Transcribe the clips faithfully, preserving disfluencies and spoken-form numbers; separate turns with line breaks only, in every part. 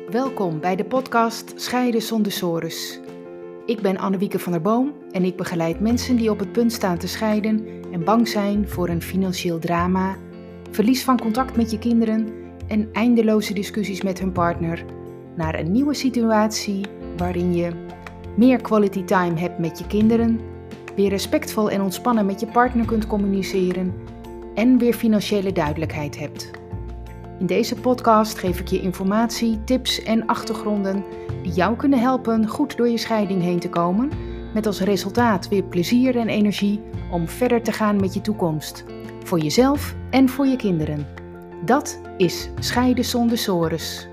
Welkom bij de podcast Scheiden zonder sores. Ik ben Annewieke van der Boom en ik begeleid mensen die op het punt staan te scheiden en bang zijn voor een financieel drama, verlies van contact met je kinderen en eindeloze discussies met hun partner naar een nieuwe situatie waarin je meer quality time hebt met je kinderen, weer respectvol en ontspannen met je partner kunt communiceren en weer financiële duidelijkheid hebt. In deze podcast geef ik je informatie, tips en achtergronden die jou kunnen helpen goed door je scheiding heen te komen, met als resultaat weer plezier en energie om verder te gaan met je toekomst, voor jezelf en voor je kinderen. Dat is Scheiden zonder sores.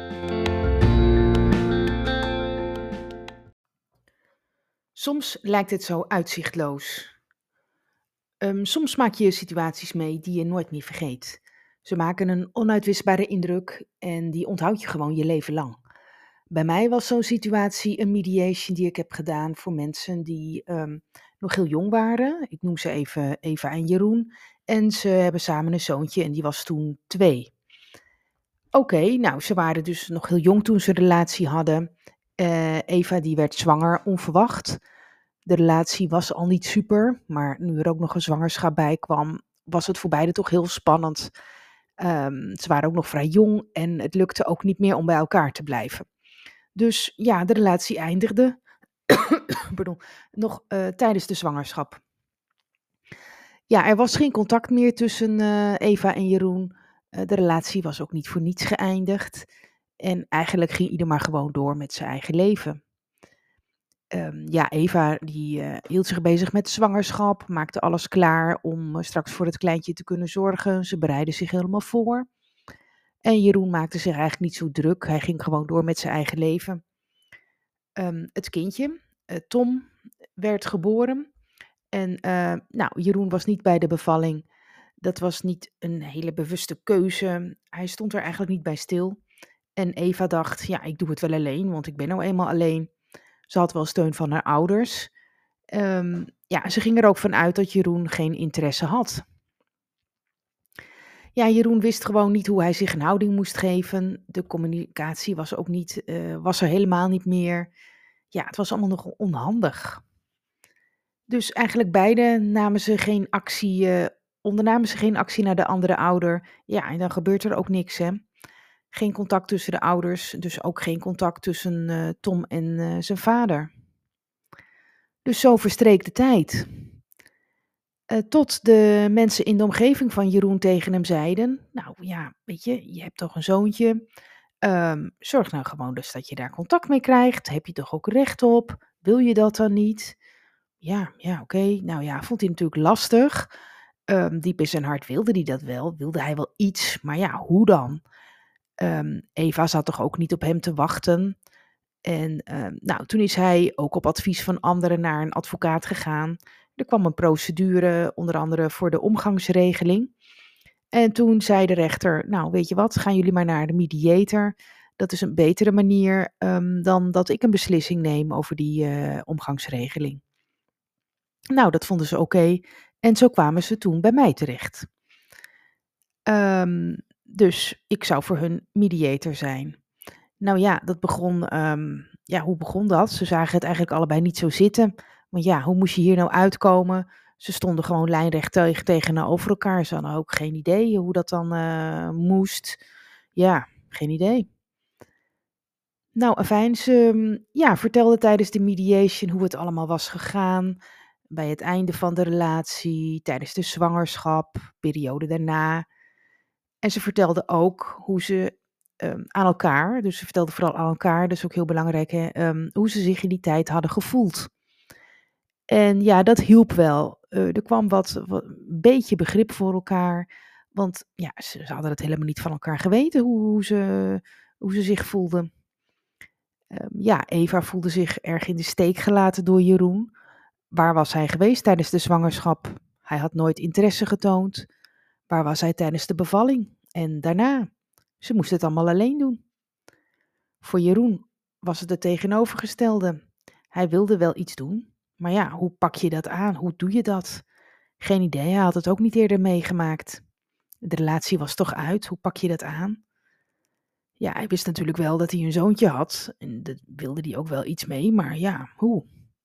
Soms lijkt het zo uitzichtloos. Um, soms maak je situaties mee die je nooit meer vergeet. Ze maken een onuitwisbare indruk en die onthoud je gewoon je leven lang. Bij mij was zo'n situatie een mediation die ik heb gedaan voor mensen die um, nog heel jong waren. Ik noem ze even Eva en Jeroen. En ze hebben samen een zoontje en die was toen twee. Oké, okay, nou ze waren dus nog heel jong toen ze een relatie hadden. Uh, Eva die werd zwanger onverwacht. De relatie was al niet super, maar nu er ook nog een zwangerschap bij kwam, was het voor beiden toch heel spannend. Um, ze waren ook nog vrij jong en het lukte ook niet meer om bij elkaar te blijven. Dus ja, de relatie eindigde Pardon, nog uh, tijdens de zwangerschap. Ja, er was geen contact meer tussen uh, Eva en Jeroen. Uh, de relatie was ook niet voor niets geëindigd. En eigenlijk ging ieder maar gewoon door met zijn eigen leven. Um, ja, Eva die uh, hield zich bezig met de zwangerschap, maakte alles klaar om uh, straks voor het kleintje te kunnen zorgen. Ze bereidde zich helemaal voor. En Jeroen maakte zich eigenlijk niet zo druk. Hij ging gewoon door met zijn eigen leven. Um, het kindje, uh, Tom, werd geboren. En uh, nou, Jeroen was niet bij de bevalling. Dat was niet een hele bewuste keuze. Hij stond er eigenlijk niet bij stil. En Eva dacht, ja, ik doe het wel alleen, want ik ben nou eenmaal alleen. Ze had wel steun van haar ouders. Um, ja, ze ging er ook van uit dat Jeroen geen interesse had. Ja, Jeroen wist gewoon niet hoe hij zich een houding moest geven. De communicatie was ook niet, uh, was er helemaal niet meer. Ja, het was allemaal nog onhandig. Dus eigenlijk beide namen ze geen actie, uh, ondernamen ze geen actie naar de andere ouder. Ja, en dan gebeurt er ook niks, hè. Geen contact tussen de ouders, dus ook geen contact tussen uh, Tom en uh, zijn vader. Dus zo verstreek de tijd. Uh, tot de mensen in de omgeving van Jeroen tegen hem zeiden, nou ja, weet je, je hebt toch een zoontje. Um, zorg nou gewoon dus dat je daar contact mee krijgt. Heb je toch ook recht op? Wil je dat dan niet? Ja, ja, oké. Okay. Nou ja, vond hij natuurlijk lastig. Um, diep in zijn hart wilde hij dat wel. Wilde hij wel iets, maar ja, hoe dan? Um, Eva zat toch ook niet op hem te wachten. En uh, nou, toen is hij ook op advies van anderen naar een advocaat gegaan. Er kwam een procedure, onder andere voor de omgangsregeling. En toen zei de rechter, nou weet je wat, gaan jullie maar naar de mediator. Dat is een betere manier um, dan dat ik een beslissing neem over die uh, omgangsregeling. Nou, dat vonden ze oké. Okay. En zo kwamen ze toen bij mij terecht. Um, dus ik zou voor hun mediator zijn. Nou ja, dat begon, um, ja, hoe begon dat? Ze zagen het eigenlijk allebei niet zo zitten. Want ja, hoe moest je hier nou uitkomen? Ze stonden gewoon lijnrecht tegen, tegenover elkaar. Ze hadden ook geen idee hoe dat dan uh, moest. Ja, geen idee. Nou, afijn, ze ja, vertelde tijdens de mediation hoe het allemaal was gegaan. Bij het einde van de relatie, tijdens de zwangerschap, periode daarna. En ze vertelde ook hoe ze um, aan elkaar, dus ze vertelde vooral aan elkaar, dat is ook heel belangrijk, hè, um, hoe ze zich in die tijd hadden gevoeld. En ja, dat hielp wel. Uh, er kwam wat, wat, een beetje begrip voor elkaar, want ja, ze, ze hadden het helemaal niet van elkaar geweten hoe, hoe, ze, hoe ze zich voelden. Um, ja, Eva voelde zich erg in de steek gelaten door Jeroen. Waar was hij geweest tijdens de zwangerschap? Hij had nooit interesse getoond. Waar was hij tijdens de bevalling? En daarna? Ze moest het allemaal alleen doen. Voor Jeroen was het het tegenovergestelde. Hij wilde wel iets doen, maar ja, hoe pak je dat aan? Hoe doe je dat? Geen idee, hij had het ook niet eerder meegemaakt. De relatie was toch uit, hoe pak je dat aan? Ja, hij wist natuurlijk wel dat hij een zoontje had en daar wilde hij ook wel iets mee, maar ja, hoe?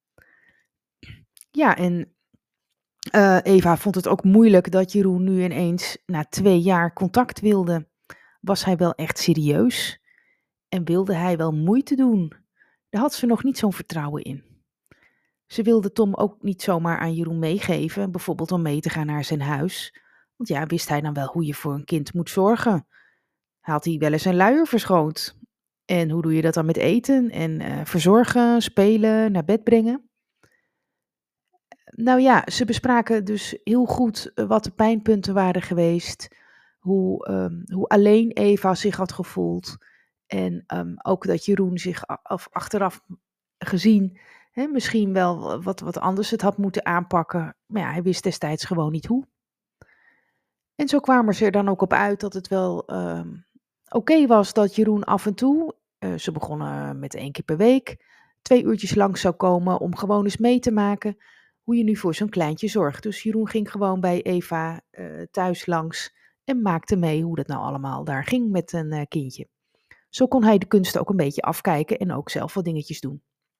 Ja, en, eh, Eva vond het ook moeilijk dat Jeroen nu ineens na twee jaar contact wilde. Was hij wel echt serieus en wilde hij wel moeite doen? Daar had ze nog niet zo'n vertrouwen in. Ze wilde Tom ook niet zomaar aan Jeroen meegeven, bijvoorbeeld om mee te gaan naar zijn huis. Want ja, wist hij dan wel hoe je voor een kind moet zorgen? Had hij wel eens een luier verschoond? En hoe doe je dat dan met eten en eh, verzorgen, spelen, naar bed brengen? Nou ja, ze bespraken dus heel goed eh, wat de pijnpunten waren geweest, hoe, ehm, hoe alleen Eva zich had gevoeld en ehm, ook dat Jeroen zich a- af, achteraf gezien hè, misschien wel wat, wat anders het had moeten aanpakken, maar ja, hij wist destijds gewoon niet hoe. En zo kwamen ze er dan ook op uit dat het wel ehm, oké was dat Jeroen af en toe, eh, ze begonnen met één keer per week, twee uurtjes langs zou komen om gewoon eens mee te maken hoe je nu voor zo'n kleintje zorgt. Dus Jeroen ging gewoon bij Eva eh, thuis langs en maakte mee hoe dat nou allemaal daar ging met een eh, kindje. Zo kon hij de kunsten ook een beetje afkijken en ook zelf wat dingetjes doen.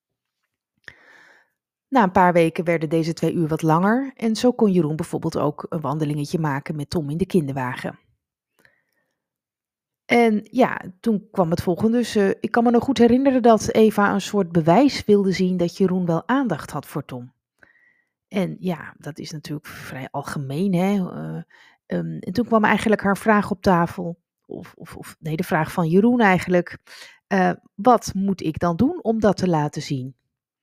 Na een paar weken werden deze twee uur wat langer en zo kon Jeroen bijvoorbeeld ook een wandelingetje maken met Tom in de kinderwagen. En ja, toen kwam het volgende. Dus, eh, ik kan me nog goed herinneren dat Eva een soort bewijs wilde zien dat Jeroen wel aandacht had voor Tom. En ja, dat is natuurlijk vrij algemeen, hè. eh, ehm, en toen kwam eigenlijk haar vraag op tafel, of, of, of nee, de vraag van Jeroen eigenlijk. eh, wat moet ik dan doen om dat te laten zien?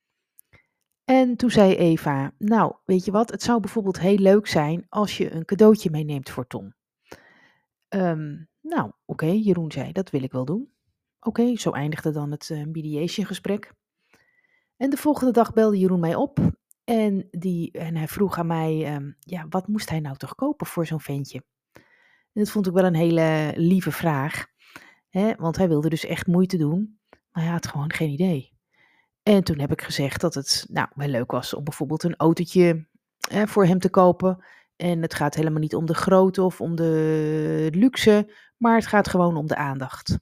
En toen zei Eva, nou, weet je wat, het zou bijvoorbeeld heel leuk zijn als je een cadeautje meeneemt voor Tom. Ehm, nou, oké, Jeroen zei, dat wil ik wel doen. Oké, zo eindigde dan het eh, mediation gesprek. En de volgende dag belde Jeroen mij op en, die, en hij vroeg aan mij, ehm, ja, wat moest hij nou toch kopen voor zo'n ventje? En dat vond ik wel een hele lieve vraag, hè, want hij wilde dus echt moeite doen, maar hij had gewoon geen idee. En toen heb ik gezegd dat het nou wel leuk was om bijvoorbeeld een autootje eh, voor hem te kopen. En het gaat helemaal niet om de grootte of om de luxe, maar het gaat gewoon om de aandacht.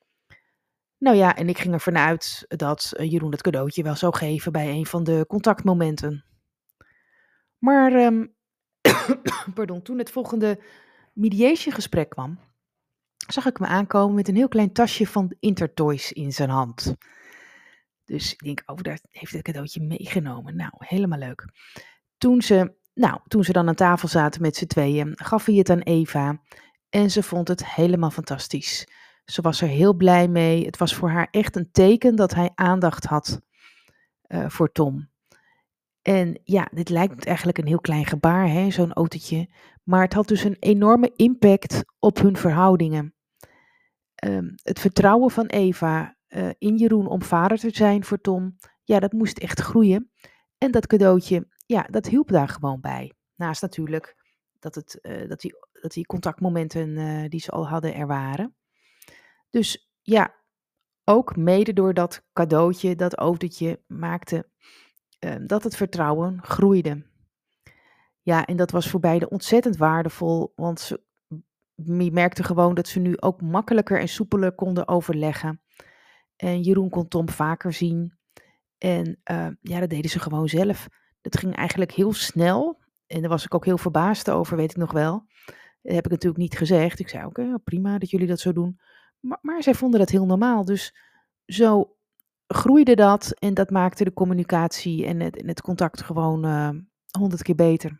Nou ja, en ik ging ervan uit dat eh, Jeroen het cadeautje wel zou geven bij een van de contactmomenten. Maar ehm, pardon, toen het volgende mediation gesprek kwam, zag ik hem aankomen met een heel klein tasje van Intertoys in zijn hand. Dus ik denk, oh, daar heeft het cadeautje meegenomen. Nou, helemaal leuk. Toen ze, nou, toen ze dan aan tafel zaten met z'n tweeën, gaf hij het aan Eva en ze vond het helemaal fantastisch. Ze was er heel blij mee. Het was voor haar echt een teken dat hij aandacht had eh, voor Tom. En ja, dit lijkt eigenlijk een heel klein gebaar, hè, zo'n autootje. Maar het had dus een enorme impact op hun verhoudingen. Ehm, het vertrouwen van Eva eh, in Jeroen om vader te zijn voor Tom, ja, dat moest echt groeien. En dat cadeautje, ja, dat hielp daar gewoon bij. Naast natuurlijk dat, het, eh, dat, die, dat die contactmomenten eh, die ze al hadden er waren. Dus ja, ook mede door dat cadeautje, dat autootje, maakte eh, dat het vertrouwen groeide. Ja, en dat was voor beiden ontzettend waardevol, want ze je merkte gewoon dat ze nu ook makkelijker en soepeler konden overleggen. En Jeroen kon Tom vaker zien. En eh, ja, dat deden ze gewoon zelf. Dat ging eigenlijk heel snel. En daar was ik ook heel verbaasd over, weet ik nog wel. Dat heb ik natuurlijk niet gezegd. Ik zei ook, okay, prima dat jullie dat zo doen. Maar, maar zij vonden dat heel normaal. Dus zo groeide dat en dat maakte de communicatie en het, en het contact gewoon eh, honderd keer beter.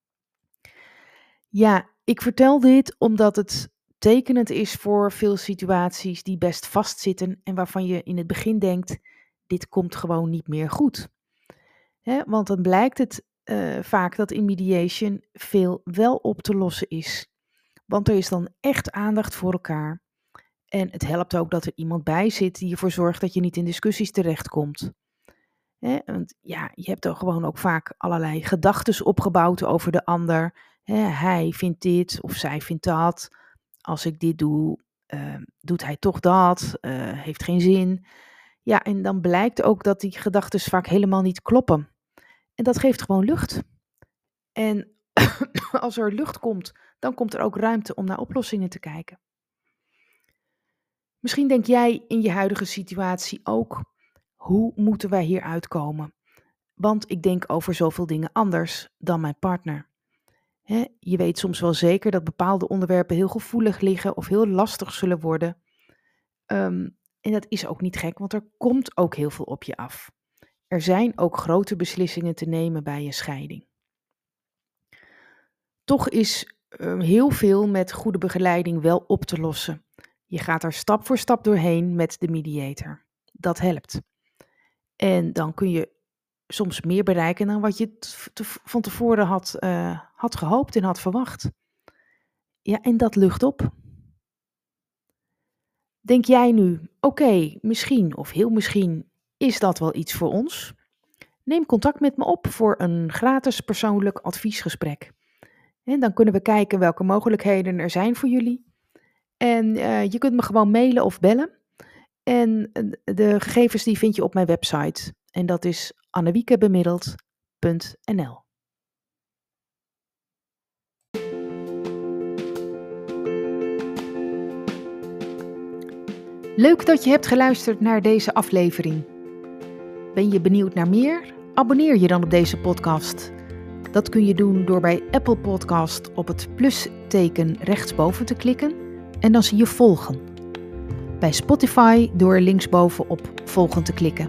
Ja, ik vertel dit omdat het tekenend is voor veel situaties die best vastzitten en waarvan je in het begin denkt, dit komt gewoon niet meer goed. Hè, want dan blijkt het eh, vaak dat in mediation veel wel op te lossen is. Want er is dan echt aandacht voor elkaar. En het helpt ook dat er iemand bij zit die ervoor zorgt dat je niet in discussies terechtkomt. Hè, want ja, je hebt er gewoon ook vaak allerlei gedachtes opgebouwd over de ander. Hè, hij vindt dit of zij vindt dat. Als ik dit doe, eh, doet hij toch dat. eh, heeft geen zin. Ja, en dan blijkt ook dat die gedachtes vaak helemaal niet kloppen. En dat geeft gewoon lucht. En als er lucht komt, dan komt er ook ruimte om naar oplossingen te kijken. Misschien denk jij in je huidige situatie ook: hoe moeten wij hier uitkomen? Want ik denk over zoveel dingen anders dan mijn partner. Hè, je weet soms wel zeker dat bepaalde onderwerpen heel gevoelig liggen of heel lastig zullen worden. Ehm, en dat is ook niet gek, want er komt ook heel veel op je af. Er zijn ook grote beslissingen te nemen bij een scheiding. Toch is eh, heel veel met goede begeleiding wel op te lossen. Je gaat er stap voor stap doorheen met de mediator. Dat helpt. En dan kun je soms meer bereiken dan wat je t- te- van tevoren had, eh, had gehoopt en had verwacht. Ja, en dat lucht op. Denk jij nu, oké, misschien of heel misschien is dat wel iets voor ons? Neem contact met me op voor een gratis persoonlijk adviesgesprek. En dan kunnen we kijken welke mogelijkheden er zijn voor jullie. En eh, je kunt me gewoon mailen of bellen. En eh, de gegevens die vind je op mijn website. En dat is annewiekebemiddeld punt n l. Leuk dat je hebt geluisterd naar deze aflevering. Ben je benieuwd naar meer? Abonneer je dan op deze podcast. Dat kun je doen door bij Apple Podcast op het plusteken rechtsboven te klikken en dan zie je volgen. Bij Spotify door linksboven op volgen te klikken.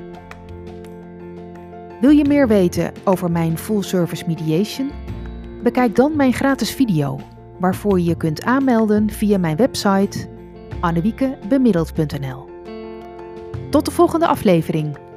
Wil je meer weten over mijn full service mediation? Bekijk dan mijn gratis video, waarvoor je je kunt aanmelden via mijn website annewiekebemiddeld punt n l. Tot de volgende aflevering.